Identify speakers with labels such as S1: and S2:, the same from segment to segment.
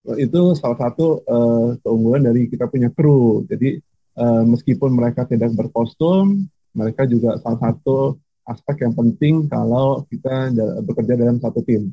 S1: itu salah satu keunggulan dari kita punya kru. Jadi meskipun mereka tidak berkostum, mereka juga salah satu aspek yang penting kalau kita bekerja dalam satu tim.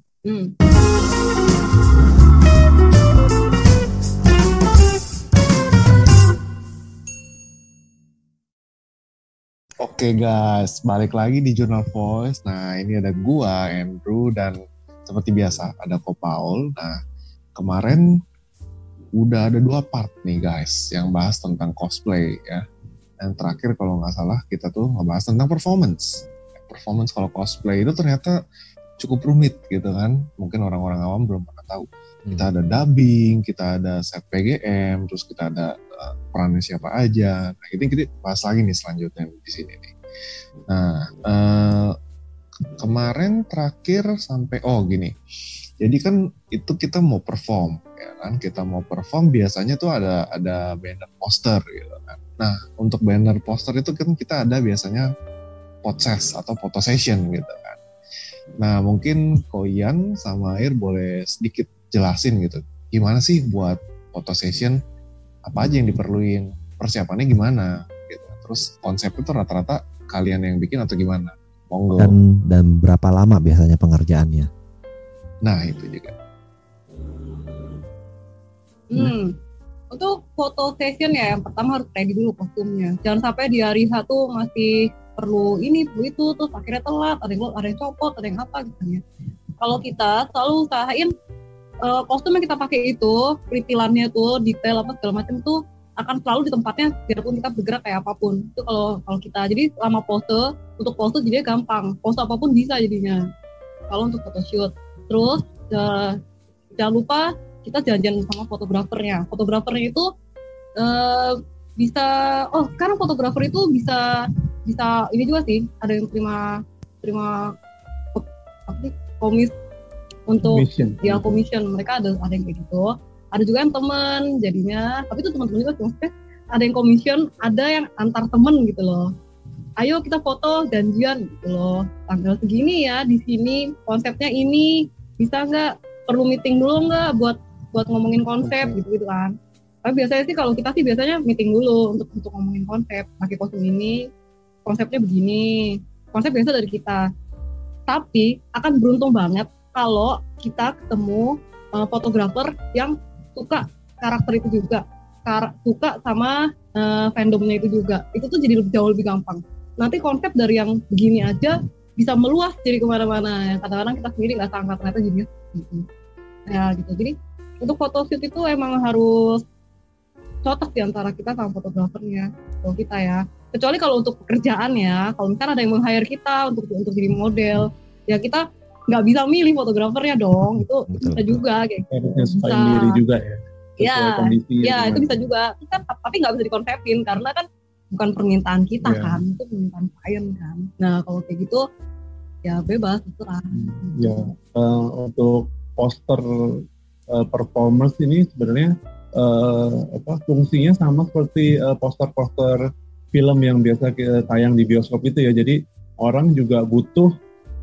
S2: Oke guys, balik lagi di Journal Voice. Nah, ini ada gua, Andrew, dan seperti biasa ada Ko Paul. Nah, kemarin udah ada 2 part nih guys yang bahas tentang cosplay ya. Dan terakhir kalau nggak salah kita tuh ngebahas tentang performance. Performance kalau cosplay itu ternyata cukup rumit gitu kan. Mungkin orang-orang awam belum pernah tahu. Kita ada dubbing, kita ada set PGM, terus kita ada perannya siapa aja. Nah, kita bahas lagi nih selanjutnya di sini nih. Nah, kemarin terakhir sampai gini. Jadi kan itu kita mau perform, ya kan? Kita mau perform biasanya tuh ada banner poster gitu kan. Nah, untuk banner poster itu kan kita ada biasanya podcast atau photo session gitu kan. Nah, mungkin Koyan sama Air boleh sedikit jelasin gitu. Gimana sih buat photo session? Apa aja yang diperluin? Persiapannya gimana? Gitu. Terus konsep itu rata-rata kalian yang bikin atau gimana? Monggo.
S3: Dan berapa lama biasanya pengerjaannya?
S2: Nah, itu juga.
S4: Untuk foto session ya, yang pertama harus ready dulu kostumnya. Jangan sampai di hari H tuh masih perlu ini, perlu itu, terus akhirnya telat, ada yang copot, ada yang apa gitu ya. Kalau kita selalu usahain kostum yang kita pakai itu, perintilannya tuh, detail apa segala macam tuh akan selalu di tempatnya biarpun kita bergerak kayak apapun. Itu kalau kita, jadi selama pose, untuk pose jadinya gampang, pose apapun bisa jadinya. Kalau untuk photoshoot, terus jangan lupa kita janjian sama fotografernya. Fotografernya itu bisa, sekarang fotografer itu bisa ini juga sih, ada yang terima komis untuk commission. Mereka ada yang kayak gitu. Ada juga yang teman jadinya, tapi itu teman-teman juga maksudnya ada yang commission, ada yang antar teman gitu loh. Ayo kita foto janjian gitu loh. Tanggal segini ya di sini, konsepnya ini, bisa nggak? Perlu meeting dulu nggak buat ngomongin konsep gitu kan. Tapi biasanya sih kalau kita sih biasanya meeting dulu untuk ngomongin konsep. Pakai kostum ini, konsepnya begini. Konsep biasa dari kita. Tapi akan beruntung banget kalau kita ketemu fotografer yang suka karakter itu juga, suka sama fandomnya itu juga. Itu tuh jadi jauh lebih gampang. Nanti konsep dari yang begini aja bisa meluas jadi kemana-mana. Kadang-kadang kita sendiri nggak sangka ternyata jadinya gitu. Ya gitu. Jadi untuk photoshoot itu emang harus cocok di antara kita sama fotografernya. Kalau kita ya. Kecuali kalau untuk pekerjaan ya, kalau misalkan ada yang meng-hire kita untuk jadi model, ya kita nggak bisa milih fotografernya dong, itu bisa juga kayak gitu.
S1: Bisa sendiri juga ya.
S4: Ya itu bisa juga. Tapi nggak bisa dikonsepin karena kan bukan permintaan kita kan, itu permintaan klien kan. Nah kalau kayak gitu ya bebas terserah.
S1: Ya untuk poster performance ini sebenarnya fungsinya sama seperti poster-poster film yang biasa tayang di bioskop itu ya. Jadi orang juga butuh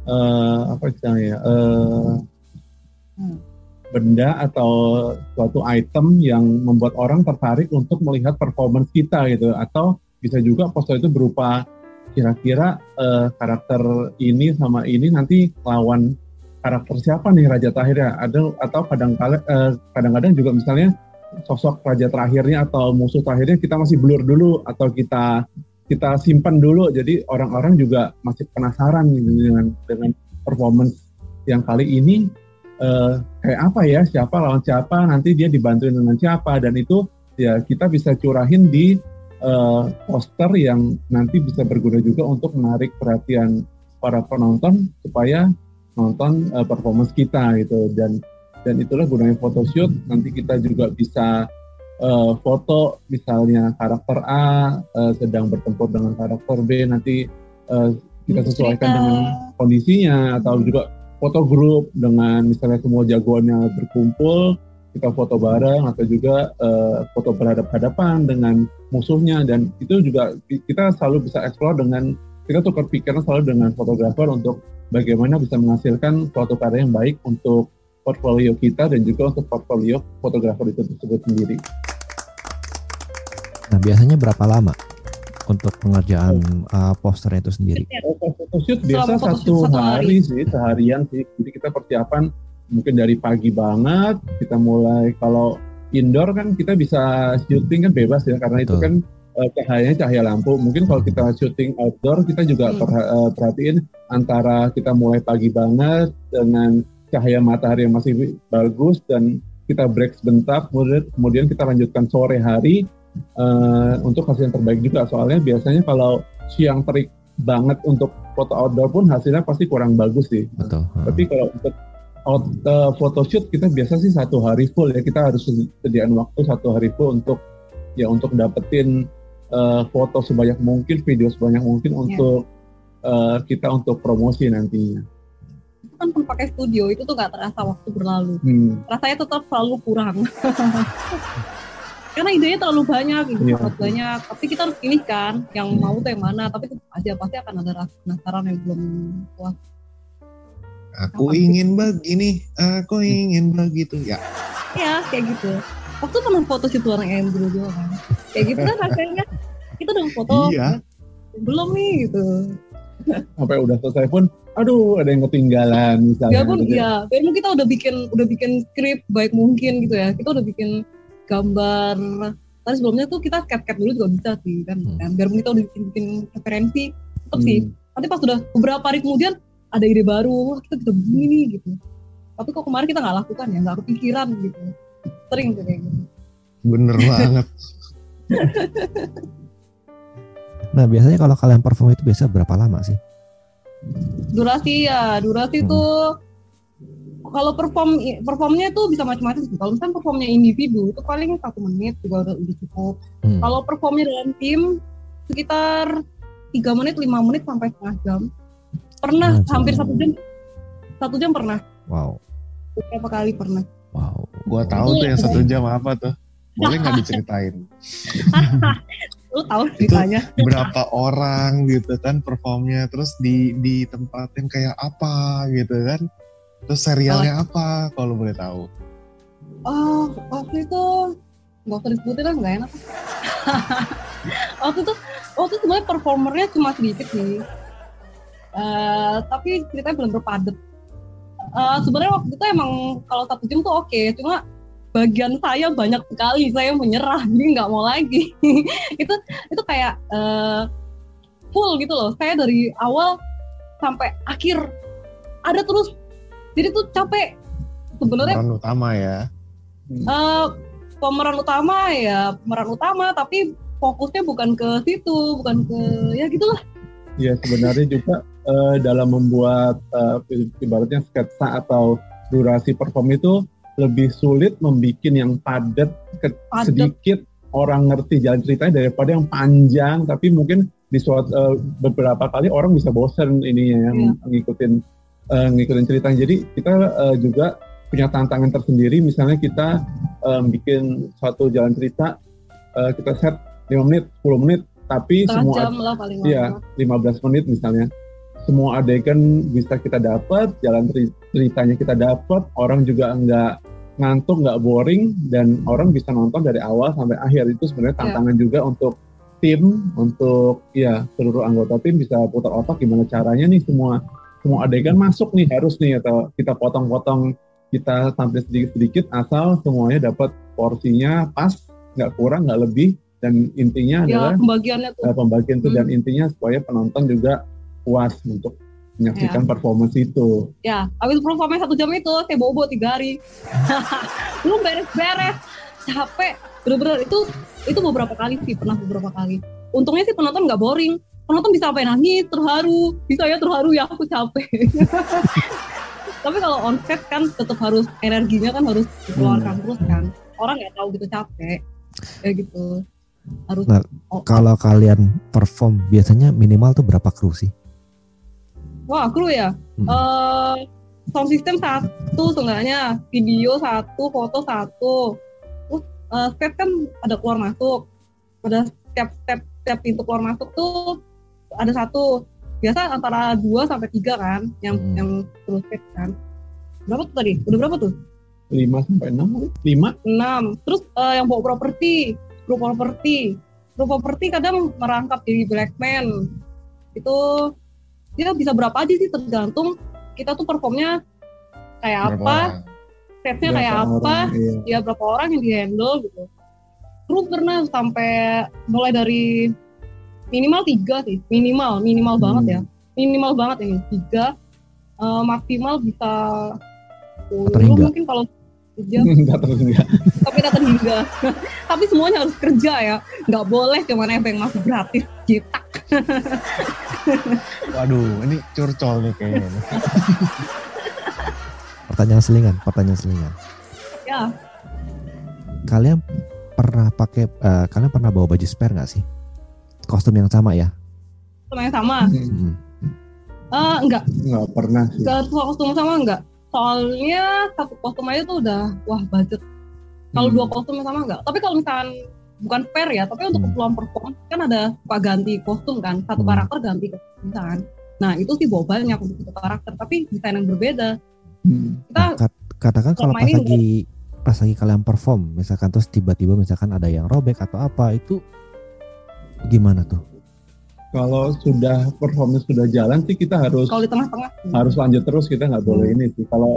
S1: benda atau suatu item yang membuat orang tertarik untuk melihat performance kita gitu, atau bisa juga poster itu berupa kira-kira karakter ini sama ini nanti lawan karakter siapa nih Raja Terakhirnya, atau kadang-kadang juga misalnya sosok Raja Terakhirnya atau musuh terakhirnya kita masih blur dulu atau kita simpan dulu, jadi orang-orang juga masih penasaran gitu dengan performance yang kali ini kayak apa ya, siapa lawan siapa, nanti dia dibantuin dengan siapa, dan itu ya kita bisa curahin di poster yang nanti bisa berguna juga untuk menarik perhatian para penonton supaya nonton performance kita gitu, dan itulah gunanya photoshoot. Nanti kita juga bisa foto misalnya karakter A sedang bertempur dengan karakter B, nanti kita sesuaikan dengan kondisinya, atau juga foto grup dengan misalnya semua jagoannya berkumpul, kita foto bareng, atau juga foto berhadap-hadapan dengan musuhnya, dan itu juga kita selalu bisa explore dengan, kita tukar pikiran selalu dengan fotografer untuk bagaimana bisa menghasilkan suatu karya yang baik untuk portfolio kita dan juga untuk portfolio fotografer itu tersebut sendiri.
S3: Nah, biasanya berapa lama untuk pengerjaan posternya itu sendiri?
S1: Photoshoot biasa satu hari sih, seharian sih. Jadi kita persiapan mungkin dari pagi banget, kita mulai, kalau indoor kan kita bisa syuting kan bebas ya, karena itu kan cahayanya cahaya lampu. Mungkin kalau kita syuting outdoor, kita juga perhatiin antara kita mulai pagi banget dengan cahaya matahari yang masih bagus, dan kita break sebentar, kemudian kita lanjutkan sore hari untuk hasil yang terbaik juga. Soalnya biasanya kalau siang terik banget untuk foto outdoor pun hasilnya pasti kurang bagus sih.
S3: Betul.
S1: Tapi kalau untuk photoshoot kita biasa sih 1 hari full ya, kita harus sediakan waktu 1 hari full untuk dapetin foto sebanyak mungkin, video sebanyak mungkin untuk kita untuk promosi nantinya.
S4: Itu kan pakai studio itu tuh nggak terasa waktu berlalu, rasanya tetap selalu kurang. Karena idenya terlalu banyak, sangat banyak. Tapi kita harus pilih kan, yang mau tuh yang mana. Tapi tetap aja pasti akan ada rasa penasaran yang belum puas.
S2: Aku ingin begini, aku ingin begitu ya.
S4: Iya, kayak gitu. Waktu pernah foto si tuan yang dulu juga kan. Kayak gitu kan rasanya. Kita udah foto, belum nih gitu.
S1: Sampai udah selesai pun, aduh ada yang ketinggalan misalnya.
S4: Ya pun iya, kayaknya kita udah bikin skrip baik mungkin gitu ya. Kita udah bikin gambar. Tadi sebelumnya tuh kita sket dulu juga bisa sih kan. Biar kita udah bikin referensi, tetap sih. Nanti pas udah beberapa hari kemudian ada ide baru, kita bisa begini nih gitu. Tapi kok kemarin kita nggak lakukan ya, nggak kepikiran gitu. Sering tuh kayak gitu.
S2: Bener banget.
S3: Nah, biasanya kalau kalian perform itu biasa berapa lama sih?
S4: Durasi tuh kalau performnya itu bisa macam-macam. Kalau misalnya performnya individu itu paling 1 menit juga udah cukup. Kalau performnya dalam tim sekitar 3 menit, 5 menit sampai setengah jam. Pernah hampir 1 jam. 1 jam pernah.
S3: Wow.
S4: Beberapa kali pernah.
S3: Wow.
S2: Gua tahu tuh yang 1 jam apa tuh. Boleh nggak diceritain?
S4: Lu tahu ceritanya?
S2: Itu berapa orang gitu kan performnya, terus ditempatin kayak apa gitu kan? Terus serialnya apa kalau boleh tahu?
S4: Oh, waktu itu nggak usah disebutin lah, nggak enak. waktu itu sebenarnya performernya cuma sedikit sih, tapi ceritanya belum berpadat. Sebenarnya waktu itu emang kalau 1 jam tuh oke, cuma bagian saya banyak sekali, saya menyerah, jadi nggak mau lagi. itu kayak full gitu loh. Saya dari awal sampai akhir ada terus. Jadi tuh capek sebenarnya.
S2: Pemeran utama ya.
S4: Pemeran utama, tapi fokusnya bukan ke situ, bukan ke ya gitulah.
S1: Ya sebenarnya juga dalam membuat ibaratnya sketsa atau durasi perform itu lebih sulit membuat yang padat, sedikit orang ngerti jalan ceritanya daripada yang panjang, tapi mungkin di beberapa kali orang bisa bosan ininya ngikutin ceritanya. Jadi kita juga punya tantangan tersendiri. Misalnya kita bikin suatu jalan cerita, kita set 5 menit, 10 menit, tapi semua jam lah paling lama. 15 menit misalnya. Semua adegan bisa kita dapat, jalan ceritanya kita dapat, orang juga nggak ngantuk, nggak boring, dan orang bisa nonton dari awal sampai akhir. Itu sebenarnya tantangan juga untuk tim, untuk seluruh anggota tim bisa putar otak gimana caranya nih semua adegan masuk nih, harus nih, atau kita potong-potong, kita tampil sedikit-sedikit asal semuanya dapat porsinya pas, nggak kurang, nggak lebih, dan intinya adalah pembagian itu dan intinya supaya penonton juga puas untuk menyaksikan performance itu.
S4: Ya, habis performance 1 jam itu saya bobo 3 hari. Belum beres-beres, capek, bener-bener itu beberapa kali sih, pernah beberapa kali. Untungnya sih penonton nggak boring. Penonton bisa sampai nangis, terharu, bisa ya terharu ya, aku capek. Tapi kalau on set kan tetap harus energinya kan harus dikeluarkan terus kan. Orang nggak tahu gitu capek, kayak gitu. Harus.
S3: Nah, kalau kalian perform biasanya minimal tuh berapa kru sih?
S4: Wah, kru ya. Sound system 1 seenggaknya, video 1, foto 1. Terus set kan ada keluar masuk. Pada setiap pintu keluar masuk tuh ada 1. Biasa antara 2 sampai 3 kan yang terus set kan. berapa tuh tadi? Udah berapa tuh?
S1: 5-6 5.
S4: Terus yang bawa properti, kru properti kadang merangkap jadi black man. Itu ya bisa berapa aja sih, tergantung kita tuh performnya kayak apa, setnya kayak apa, ya berapa orang yang di-handle gitu. Kru pernah sampai mulai dari minimal 3 sih, minimal banget ya. Minimal banget ini 3, maksimal bisa 10 mungkin kalau kerja. Tapi datang hingga. Tapi semuanya harus kerja ya, nggak boleh cuma nebeng masuk gratis cetak.
S2: Waduh, ini curcol nih kayaknya.
S3: Pertanyaan selingan.
S4: Ya.
S3: Kalian pernah bawa baju spare nggak sih? Kostum yang sama ya?
S4: Kostum yang sama? Enggak.
S1: Nggak pernah sih.
S4: Kostum sama enggak? Soalnya satu kostum aja tuh udah budget. Kalau 2 kostum yang sama enggak. Tapi kalau misalkan bukan fair ya, tapi untuk keperluan perform kan ada suka ganti kostum kan, satu karakter ganti kostum kan. Nah itu sih bawa banyak untuk satu karakter, tapi desain yang berbeda. Kita
S3: katakan kalau pas lagi kalian perform, misalkan terus tiba-tiba misalkan ada yang robek atau apa, itu gimana tuh?
S1: Kalau sudah performance sudah jalan sih kita harus,
S4: kalau di tengah-tengah
S1: harus lanjut terus, kita nggak boleh ini sih. Kalau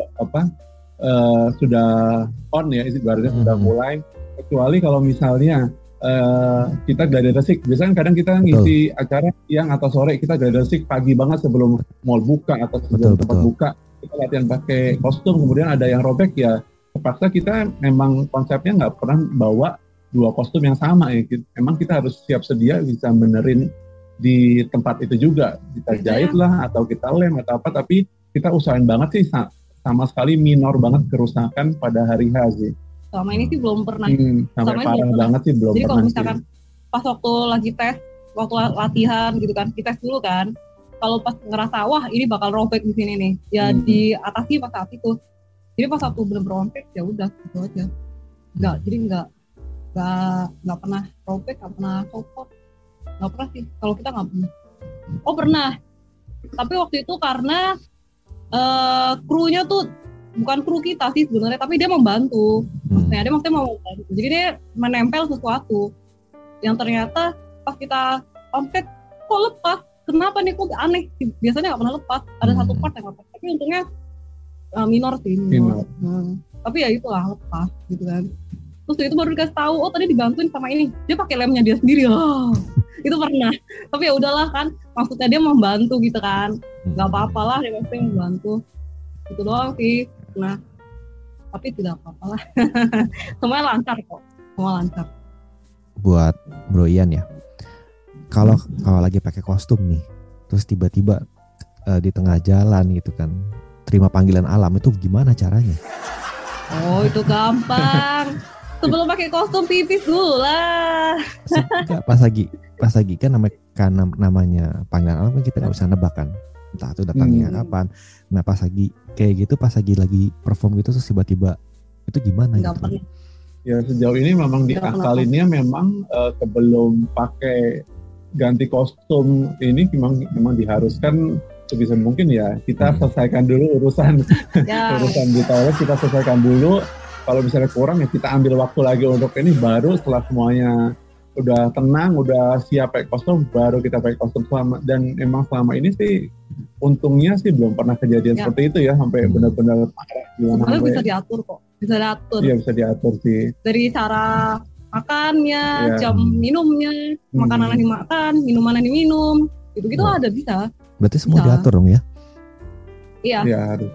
S1: sudah on ya, ibaratnya sudah mulai, kecuali kalau misalnya kita gladiresik, biasanya kadang kita ngisi acara siang atau sore, kita gladiresik pagi banget sebelum mall buka atau sebelum tempat buka, kita latihan pakai kostum, kemudian ada yang robek ya, terpaksa kita memang konsepnya nggak pernah bawa 2 kostum yang sama ya. Emang kita harus siap sedia bisa benerin di tempat itu juga, kita jahit lah atau kita lem atau apa, tapi kita usahain banget sih sama sekali minor banget kerusakan pada hari H sih.
S4: Selama ini sih belum pernah.
S1: Sampai parah banget sih belum.
S4: Jadi kalau misalkan pas waktu lagi tes, waktu latihan gitu kan, kita tes dulu kan. Kalau pas ngerasa wah ini bakal robek di sini nih, ya diatasi pas saat itu. Jadi pas waktu bener-bener robek ya udah gitu aja. Nggak pernah robek, nggak pernah copot. Nggak pernah sih, kalau kita nggak pernah. Oh pernah, tapi waktu itu karena krunya tuh bukan kru kita sih sebenarnya, tapi dia membantu. Dia mau membantu, jadi dia menempel sesuatu yang ternyata pas kita onset kok lepas, kenapa nih kok aneh, biasanya nggak pernah lepas, ada satu part yang lepas, tapi untungnya minor sih. Tapi ya itulah lepas gitu kan. Terus itu baru dikasih tahu, oh tadi dibantuin sama ini, dia pakai lemnya dia sendiri. Itu pernah, tapi ya udahlah kan, maksudnya dia membantu gitu kan, nggak apa-apa lah, dia pasti membantu, itu doang sih. Nah, tapi tidak apa-apa lah. Semuanya lancar kok, semua lancar.
S3: Buat Bro Ian ya, kalau lagi pakai kostum nih, terus tiba-tiba di tengah jalan gitu kan, terima panggilan alam, itu gimana caranya?
S4: Oh itu gampang. Sebelum pakai kostum pipis dulu lah.
S3: Pas lagi kan namanya panggilan alam kan kita nggak bisa nebak kan, entah itu datangnya kapan. Nah pas lagi kayak gitu, pas lagi perform gitu terus tiba-tiba itu gimana gitu?
S4: Pernah.
S1: Ya sejauh ini memang diakalinnya memang sebelum pakai ganti kostum ini memang diharuskan sebisa mungkin ya kita selesaikan dulu urusan urusan di toilet, kita selesaikan dulu. Kalau misalnya kurang ya kita ambil waktu lagi untuk ini, baru setelah semuanya udah tenang, udah siap pakai kostum, baru kita pakai kostum dan emang selama ini sih untungnya sih belum pernah kejadian seperti itu ya, sampai benar-benar parah gimana.
S4: Sebenarnya bisa diatur kok, bisa diatur.
S1: Iya bisa diatur sih.
S4: Dari cara makannya, jam minumnya, makanan yang dimakan, minuman yang diminum, gitu-gitu ada bisa.
S3: Berarti semua diatur dong ya?
S4: Iya.
S1: Iya harus.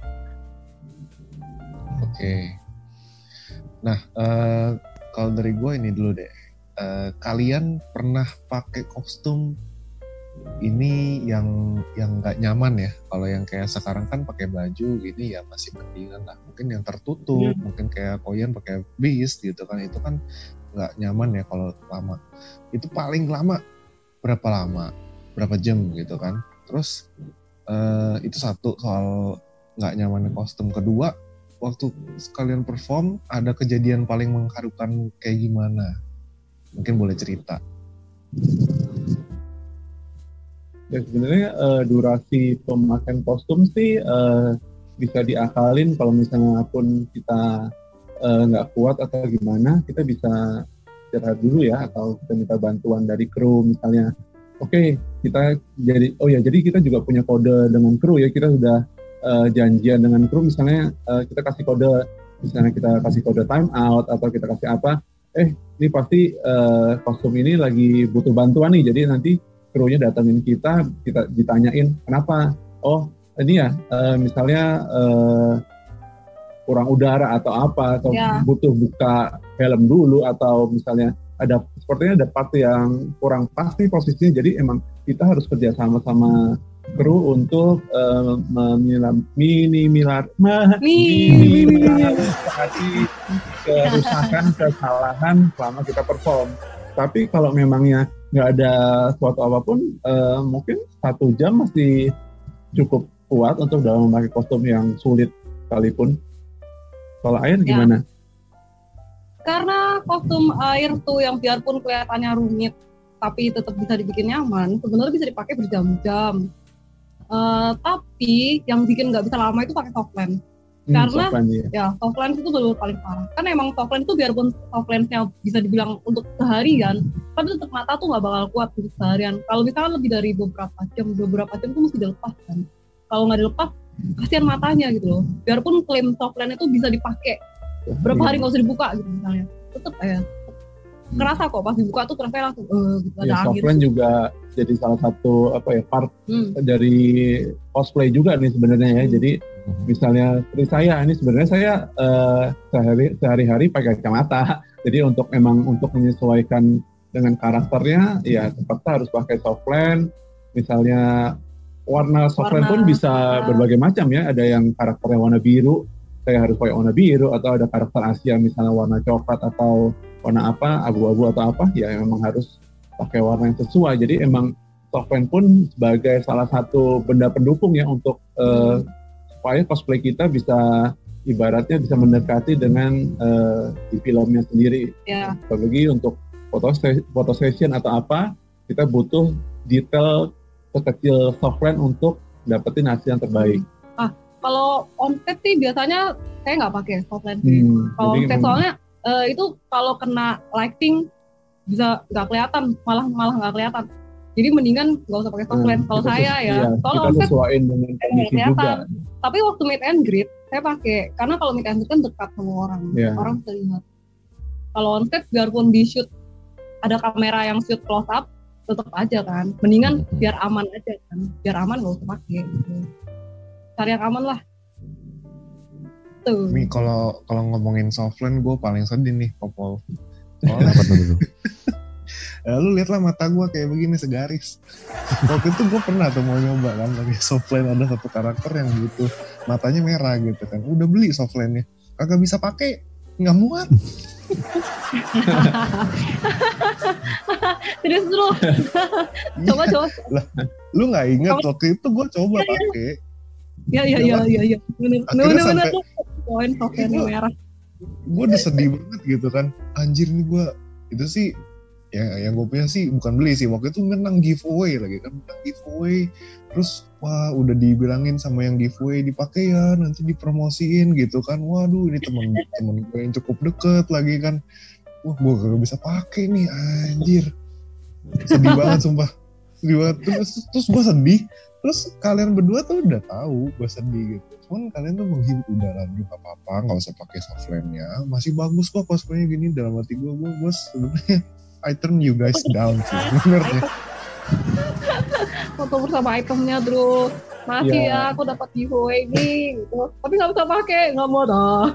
S2: Oke. Nah, kalau dari gue ini dulu deh. Kalian pernah pakai kostum ini yang nggak nyaman ya? Kalau yang kayak sekarang kan pakai baju ini ya masih mendingan lah. Mungkin yang tertutup, mungkin kayak Koyan pakai Beast gitu kan, itu kan nggak nyaman ya kalau lama. Itu paling lama berapa jam gitu kan? Terus itu satu soal nggak nyamannya kostum. Kedua, waktu kalian perform ada kejadian paling mengharukan kayak gimana? Mungkin boleh cerita.
S1: Ya sebenarnya durasi pemakaian kostum sih bisa diakalin kalau misalnya pun kita nggak kuat atau gimana, kita bisa istirahat dulu ya, atau kita minta bantuan dari kru misalnya. Oke, kita jadi kita juga punya kode dengan kru ya, kita sudah janjian dengan kru misalnya, kita kasih kode, misalnya kita kasih kode time out atau kita kasih apa, ini pasti kostum ini lagi butuh bantuan nih, jadi nanti krunya datangin kita ditanyain kenapa, oh ini ya misalnya kurang udara atau apa, atau butuh buka helm dulu, atau misalnya sepertinya ada part yang kurang pasti posisinya, jadi emang kita harus kerja sama kru untuk minimalisasi kerusakan, kesalahan selama kita perform. Tapi kalau memangnya nggak ada suatu apapun, mungkin 1 jam masih cukup kuat untuk dalam memakai kostum yang sulit sekalipun. Kalau air gimana?
S4: Karena kostum air tuh yang biarpun kelihatannya rumit, tapi tetap bisa dibikin nyaman, sebenarnya bisa dipakai berjam-jam. Tapi yang bikin nggak bisa lama itu pakai softland. Karena softland itu benar-benar paling parah. Kan emang softland itu biarpun softlandnya bisa dibilang untuk seharian, tapi tetap mata tuh nggak bakal kuat untuk seharian. Kalau misalkan lebih dari beberapa jam tuh mesti dilepas kan. Kalau nggak dilepas, kasihan matanya gitu loh. Biarpun klaim softland itu bisa dipakai berapa hari nggak usah dibuka gitu misalnya, tetap kerasa kok pas dibuka tuh kerasa langsung gitu ada angin.
S1: Softland juga jadi salah satu part dari cosplay juga nih sebenarnya ya. Jadi misalnya seperti saya ini sebenarnya saya sehari-hari pakai kacamata. Jadi untuk menyesuaikan dengan karakternya ya terpaksa harus pakai softland. Misalnya warna softland pun bisa berbagai macam ya. Ada yang karakternya warna biru, saya harus pakai warna biru, atau ada karakter Asia misalnya warna coklat atau warna apa, abu-abu atau apa, ya memang harus pakai warna yang sesuai. Jadi emang softland pun sebagai salah satu benda pendukung ya untuk supaya cosplay kita bisa ibaratnya bisa mendekati dengan di filmnya sendiri. Apalagi untuk foto session atau apa, kita butuh detail sekecil softland untuk dapetin hasil yang terbaik.
S4: Kalau on-set sih biasanya saya nggak pakai softland sih. Kalau on-set soalnya itu kalau kena lighting bisa nggak kelihatan, malah nggak kelihatan. Jadi mendingan nggak usah pakai softland. Kalau saya ya, kalau
S1: on-set sesuaiin dengan kondisi juga.
S4: Tapi waktu meet and greet saya pakai, karena kalau meet and greet kan dekat sama orang bisa lihat. Kalau on-set biarpun di shoot ada kamera yang shoot close up, tetap aja kan. Mendingan biar aman aja kan, biar aman nggak usah pakai. Gitu. Cari yang aman lah. Tuh.
S2: Nih kalau ngomongin softland, gue paling sedih nih, Popol.
S3: Apa tuh?
S2: Lu lihat lah mata gue kayak begini segaris. Waktu itu gue pernah tuh mau nyoba kan, pakai softland, ada satu karakter yang butuh matanya merah gitu kan. Udah beli softlandnya, kagak bisa pakai, nggak muat.
S4: Serius lu? Coba.
S2: Lah, lu nggak ingat waktu itu gue coba pakai.
S4: Iya. Bener. Poin software merah.
S2: Gue udah sedih banget gitu kan. Anjir nih gue, itu sih, ya yang gue punya sih bukan beli sih. Waktu itu menang giveaway lagi kan. Menang giveaway. Terus, wah udah dibilangin sama yang giveaway, dipakai ya, nanti dipromosiin gitu kan. Waduh ini temen gue yang cukup deket lagi kan. Wah gue gak bisa pakai nih, anjir. Sedih banget sumpah. Sedih banget. Terus gue sedih. Terus kalian berdua tuh udah tahu gue sedih gitu. Cuman kalian tuh menghibur, udah lah gak apa-apa, gak usah pakai softlandnya. Masih bagus kok cosplaynya gini. Dalam hati gue sebenarnya I turn you guys down sih. Bener deh.
S4: Foto bersama itemnya terus. Masih ya aku dapat giveaway ini gitu. Tapi gak bisa pakai, gak mau dah.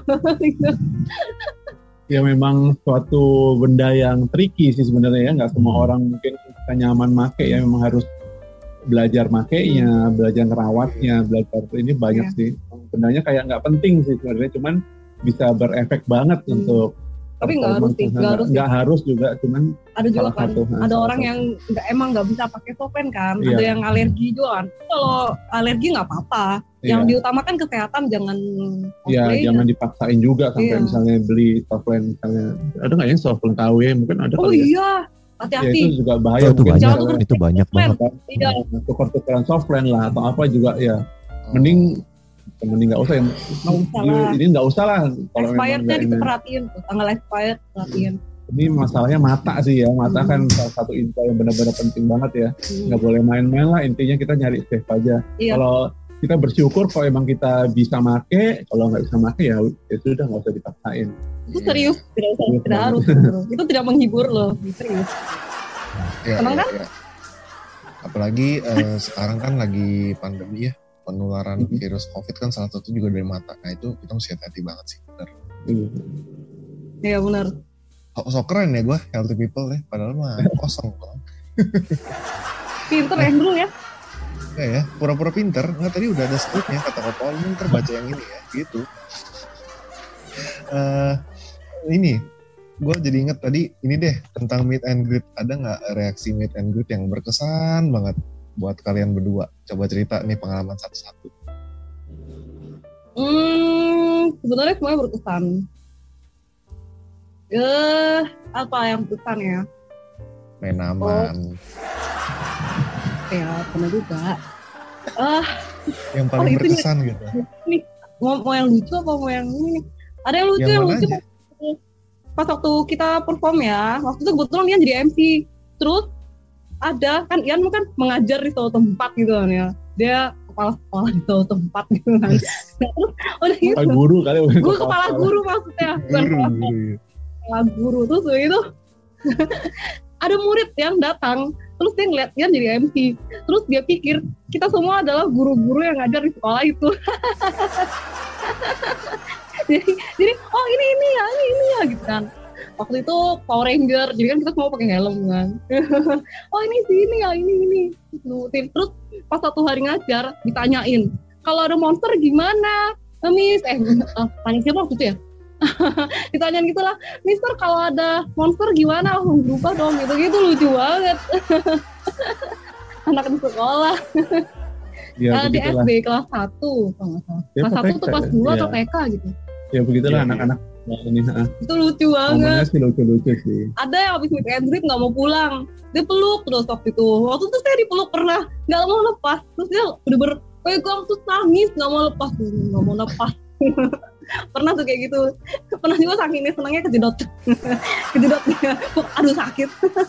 S1: Ya memang suatu benda yang tricky sih sebenarnya ya. Gak semua orang mungkin bisa nyaman make ya. Memang harus belajar makainya, belajar ngerawatnya, belajar ini banyak sih. Bendanya kayak nggak penting sih sebenarnya, cuman bisa berefek banget untuk.
S4: Tapi nggak harus
S1: juga, cuman
S4: ada juga kan. Ada orang yang nggak bisa pakai softland kan, ada yang alergi juga kan. Kalau alergi nggak apa-apa. Yang diutamakan kesehatan, jangan.
S1: Iya, jangan dipaksain juga sampai misalnya beli softland misalnya. Ada nggak ya softland KW? Mungkin ada.
S4: Oh iya. Hati-hati.
S1: Ya, itu juga bahaya.
S3: Itu banyak banget.
S1: Tukar-tukaran softland lah atau apa juga ya. Mending mending nggak usah.
S4: Nggak usah lah.
S1: Ini nggak usah lah. Kalau
S4: expirednya diperhatiin tuh, tanggal expired perhatiin.
S1: Ini masalahnya mata sih ya, mata kan salah satu info yang benar-benar penting banget ya. Nggak boleh main-main lah, intinya kita nyari safe aja.
S4: Iya.
S1: Kalau kita bersyukur kalau emang kita bisa make, kalau nggak bisa make ya sudah nggak usah dipaksain.
S4: Itu serius, tidak harus. Itu tidak menghibur loh, serius. Senang kan?
S2: Ya. Apalagi sekarang kan lagi pandemi ya, penularan virus COVID kan salah satu juga dari mata. Nah itu kita mesti hati-hati banget sih, benar.
S4: Iya benar.
S2: So keren ya gue, healthy people ya, padahal mah kosong dong.
S4: Pinter Andrew ya.
S2: Ya, pura-pura pinter. Nggak, tadi udah ada skripnya, kata Paul, ntar baca yang ini ya, gitu. Ini, gue jadi inget tadi, ini deh, tentang meet and greet. Ada nggak reaksi meet and greet yang berkesan banget buat kalian berdua? Coba cerita nih pengalaman satu-satu.
S4: Sebenarnya semuanya berkesan. Apa yang berkesan ya?
S2: Main aman.
S4: Ya pernah juga.
S2: Yang paling berkesan gitu.
S4: Nih, mau yang lucu apa mau yang ini? Ada yang lucu, yang lucu. Pas waktu kita perform ya, waktu itu kebetulan Ian jadi MC. Terus ada kan Ian kan mengajar di suatu tempat gitu kan ya. Dia kepala sekolah di suatu tempat gitu kan. Terus udah gitu.
S1: Guru kali.
S4: Gue kepala guru maksudnya. Kepala guru terus itu ada murid yang datang. Terus dia ngeliat Ian jadi MC. Terus dia pikir kita semua adalah guru-guru yang ngajar di sekolah itu. jadi oh ini ya gitu kan. Waktu itu Power Ranger, jadi kan kita semua pakai helm kan. Oh ini ini. Terus pas satu hari ngajar ditanyain, kalau ada monster gimana? Miss, tanya siapa waktu itu ya? Ditanyain gitu lah, Mister kalau ada monster gimana, langsung berubah dong gitu lucu banget. Anak di sekolah
S1: ya,
S4: di SD kelas 1 kalau nggak salah kelas 1 tuh kelas 2 atau TK gitu
S1: ya begitulah anak-anak ini.
S4: Itu lucu banget
S1: sih, lucu sih.
S4: Ada yang habis meet and greet nggak mau pulang, dia peluk terus waktu itu saya dipeluk pernah nggak mau lepas, terus dia bener-bener pegang terus nangis nggak mau lepas. Pernah tuh kayak gitu. Pernah juga saking senangnya kejedot dia. Aduh sakit.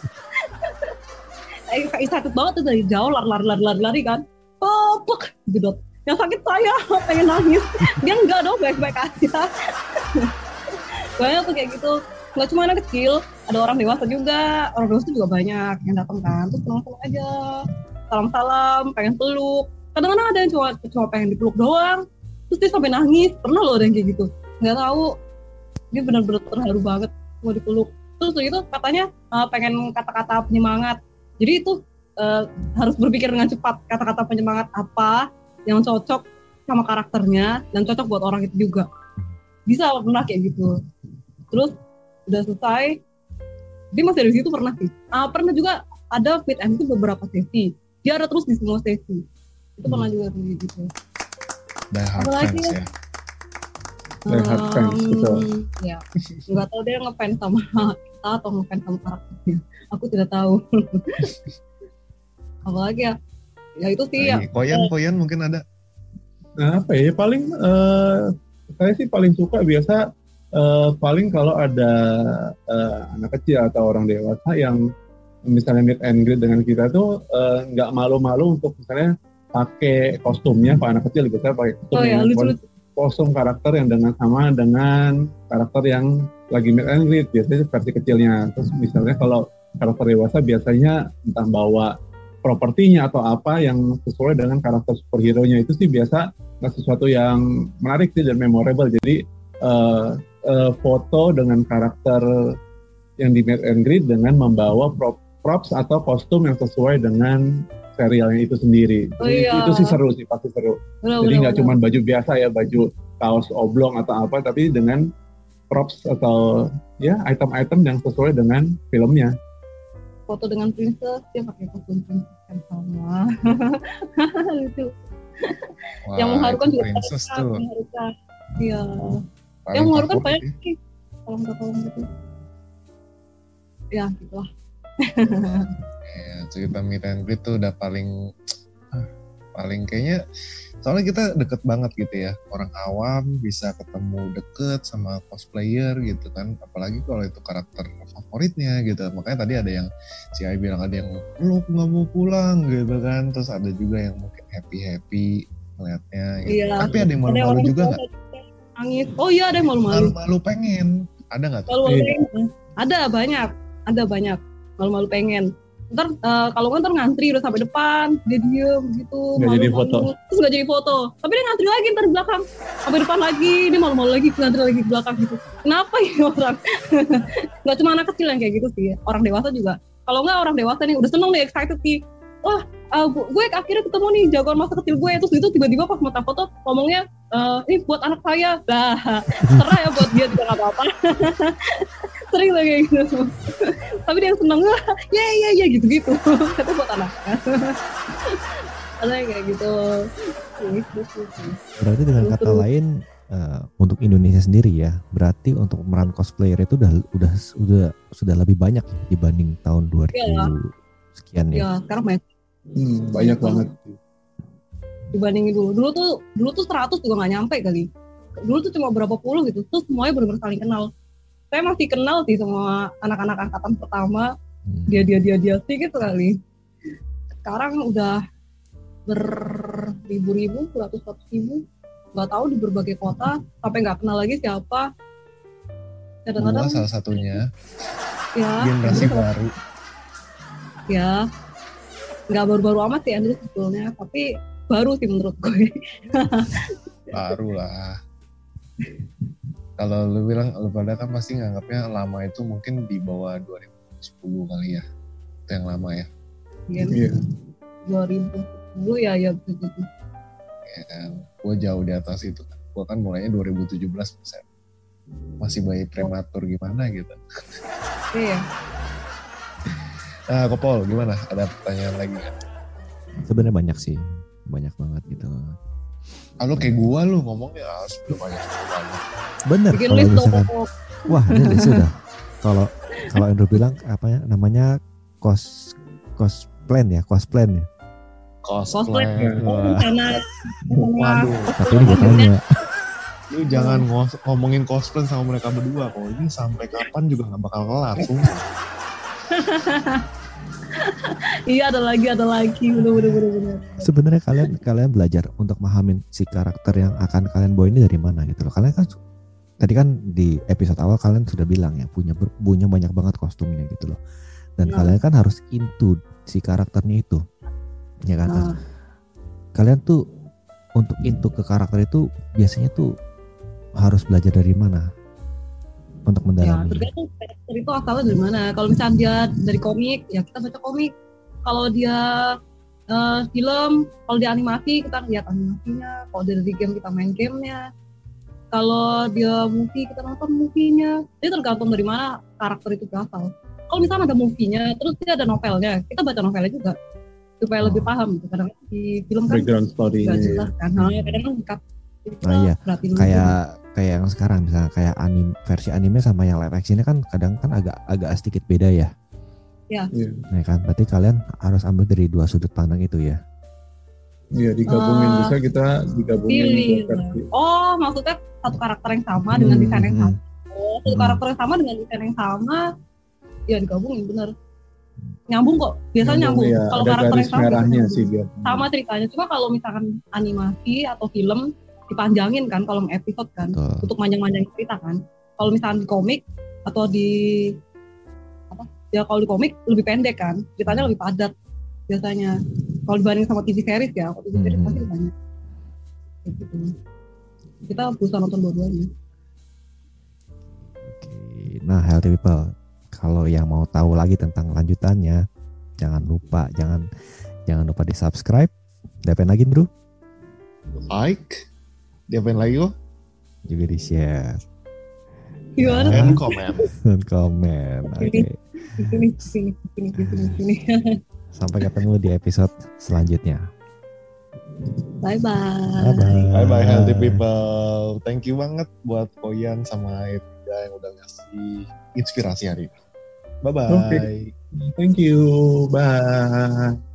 S4: Sakit banget tuh dari jauh lari kan. Pok kejedot. Yang sakit saya pengen nangis. Dia enggak dong, baik-baik aja. Banyak tuh kayak gitu. Nggak cuma anak kecil, ada orang dewasa juga. Orang dewasa juga banyak yang datang kan. Terus senang-senang aja. Salam-salam, pengen peluk. Kadang-kadang ada yang cuma pengen dipeluk doang. Terus dia sampai nangis, pernah loh ada yang kayak gitu. Nggak tahu, dia benar-benar terharu banget mau dipeluk. Terus itu katanya pengen kata-kata penyemangat. Jadi itu harus berpikir dengan cepat, kata-kata penyemangat apa yang cocok sama karakternya dan cocok buat orang itu juga. Bisa pernah kayak gitu. Terus udah selesai, dia masih dari situ pernah sih. Pernah juga ada fit and itu beberapa sesi. Dia ada terus di semua sesi. Itu pernah juga kayak gitu.
S2: Die Hard fans ya.
S1: Die Hard fans, betul.
S4: Ya, nggak tahu dia ngefans sama kita atau ngefans sama karakternya. Aku tidak tahu. Apalagi ya? Ya itu sih ya.
S2: Koyan mungkin ada.
S1: Nah, apa ya? Paling saya sih paling suka biasa paling kalau ada anak kecil atau orang dewasa yang misalnya meet and greet dengan kita tuh nggak malu-malu untuk misalnya pakai kostumnya, Pak anak kecil gitu, saya pakai kostum kostum karakter yang sama dengan karakter yang lagi meet and greet, biasanya versi kecilnya. Terus misalnya kalau karakter dewasa biasanya entah bawa propertinya atau apa yang sesuai dengan karakter superhero-nya, itu sih biasa sesuatu yang menarik sih dan memorable. Jadi foto dengan karakter yang di meet and greet dengan membawa props atau kostum yang sesuai dengan serialnya itu sendiri. Itu sih seru sih, pasti seru. Jadi nggak cuma baju biasa ya, baju kaos oblong atau apa, tapi dengan props atau ya item-item yang sesuai dengan filmnya.
S4: Foto dengan princess, dia pakai kostum princess yang sama. Lucu. Yang mengharukan juga
S2: princess tuh.
S4: Iya. Yang mengharukan banyak sih. Tolong gitu. Ya, gitulah.
S2: Ya, cerita meet and greet tuh udah paling Paling kayaknya soalnya kita deket banget gitu ya, orang awam bisa ketemu deket sama cosplayer gitu kan, apalagi kalau itu karakter favoritnya gitu. Makanya tadi ada yang si Ai bilang ada yang lu nggak mau pulang gitu kan, terus ada juga yang mungkin happy ngeliatnya gitu.
S4: Iya.
S2: Tapi ada yang malu-malu juga nggak?
S4: Nangis. Oh iya, ada yang malu-malu.
S2: Malu-malu pengen, ada nggak tuh?
S4: Malu-malu pengen. Ada banyak. Malu-malu pengen. Ntar kalau ntar ngantri udah sampai depan, dia diem gitu,
S1: Nggak jadi foto.
S4: terus nggak jadi foto. Tapi dia ngantri lagi ntar di belakang, sampai depan lagi, dia malu-malu lagi ngantri lagi di belakang gitu. Kenapa ya orang? Nggak cuma anak kecil yang kayak gitu sih, orang dewasa juga. Kalau nggak orang dewasa nih udah seneng nih, excited nih. Wah, gue akhirnya ketemu nih jagoan masa kecil gue. Terus itu tiba-tiba pas mau foto ngomongnya, ini buat anak saya. Lah, serah ya buat dia juga nggak apa-apa. Sering lah kayak gitu. Tapi dia seneng, ya gitu-gitu. Itu buat anak. Ada yang kayak gitu.
S3: Berarti dengan kata lain untuk Indonesia sendiri ya, berarti untuk pemeran cosplayer itu sudah lebih banyak ya dibanding tahun 2000 sekian ya.
S4: Ya, sekarang
S1: Banyak banget.
S4: Dibandingin dulu tuh 100 juga nggak nyampe kali. Dulu tuh cuma berapa puluh gitu. Terus semuanya benar-benar saling kenal. Saya masih kenal sih sama anak-anak angkatan pertama. Dia sih gitu kali. Sekarang udah beribu-ribu, ratus ribu. Nggak tahu di berbagai kota. Sampai nggak kenal lagi siapa. Kadang-kadang
S2: salah satunya.
S4: Ya.
S2: Generasi baru.
S4: Ya. Nggak baru-baru amat sih Andrew sebetulnya. Tapi baru sih menurut gue.
S2: Baru lah. Kalau lu bilang, lu pada kan pasti nganggapnya lama itu mungkin di bawah 2010 kali ya. Itu yang lama ya.
S1: Iya.
S4: 2010 ya begitu.
S2: Ya kan, gue jauh di atas itu kan. Gue kan mulainya 2017 persen. Masih bayi prematur gimana gitu.
S4: Iya.
S2: Nah, Kopol gimana? Ada pertanyaan lagi kan?
S3: Sebenarnya banyak sih, banyak banget gitu.
S2: Lu kayak gua lu ngomongnya sudah banyak.
S3: Bener.
S4: Bikin
S3: Kalau
S4: list
S3: misalkan, wah ini list sudah. Kalau Andrew bilang apa ya namanya cosplan ya.
S2: Cosplay. Waduh.
S3: Tapi ini gue tanya.
S2: Lu jangan ngomongin cosplay sama mereka berdua. Kalau ini sampai kapan juga nggak bakal kelar. Sumpah.
S4: Iya ada lagi bener.
S3: Sebenarnya kalian belajar untuk memahamin si karakter yang akan kalian bawa ini dari mana gitu loh. Kalian kan tadi kan di episode awal kalian sudah bilang ya punya banyak banget kostumnya gitu loh. Dan kalian kan harus into si karakternya itu. Ya kan? Kalian tuh untuk into ke karakter itu biasanya tuh harus belajar dari mana? Untuk mendalami.
S4: Ya, tergantung karakter itu asalnya dari mana. Kalau misalnya dia dari komik, ya kita baca komik. Kalau dia film, kalau dia animasi, kita lihat animasinya. Kalau dia dari game, kita main gamenya. Kalau dia movie, kita nonton movie-nya. Jadi tergantung dari mana karakter itu berasal. Kalau misalnya ada movie-nya, terus dia ada novelnya, kita baca novelnya juga. Supaya lebih paham. Kadang di film kan
S1: background story
S4: gak jelas kan. Kadang-kadang dikat.
S3: Iya, kayak yang sekarang misalnya kayak versi anime sama yang live actionnya kan kadang kan agak sedikit beda ya.
S4: Ya.
S3: Nah kan, berarti kalian harus ambil dari dua sudut pandang itu ya.
S1: Iya, digabungin bisa kita digabungin.
S4: Oh, maksudnya satu karakter yang sama dengan desain yang sama. Satu karakter yang sama dengan desain yang sama, ya digabungin bener. Nyambung kok, biasanya nyambung.
S1: Ya,
S4: kalau karakter yang sama
S1: sih
S4: sama ceritanya. Cuma kalau misalkan animasi atau film dipanjangin kan kalau episode kan untuk panjang-panjangin cerita kan. Kalau misalnya di komik atau kalau di komik lebih pendek kan, ceritanya lebih padat biasanya. Kalau dibanding sama TV series ya, kalau TV series pasti lebih banyak. Gitu. Kita berusaha nonton dua-duanya.
S3: Oke, nah Healthy People, kalau yang mau tahu lagi tentang lanjutannya, jangan lupa di subscribe. Diapain lagi bro?
S2: Like. Diapain lagi kok?
S3: Juga di share.
S4: Gimana?
S2: Dan komen.
S3: Oke.
S4: Sini.
S3: Sampai ketemu di episode selanjutnya.
S4: Bye
S2: Bye healthy people. Thank you banget buat Koyan sama Eda yang udah ngasih inspirasi hari ini. Bye bye.
S1: Okay. Thank you. Bye.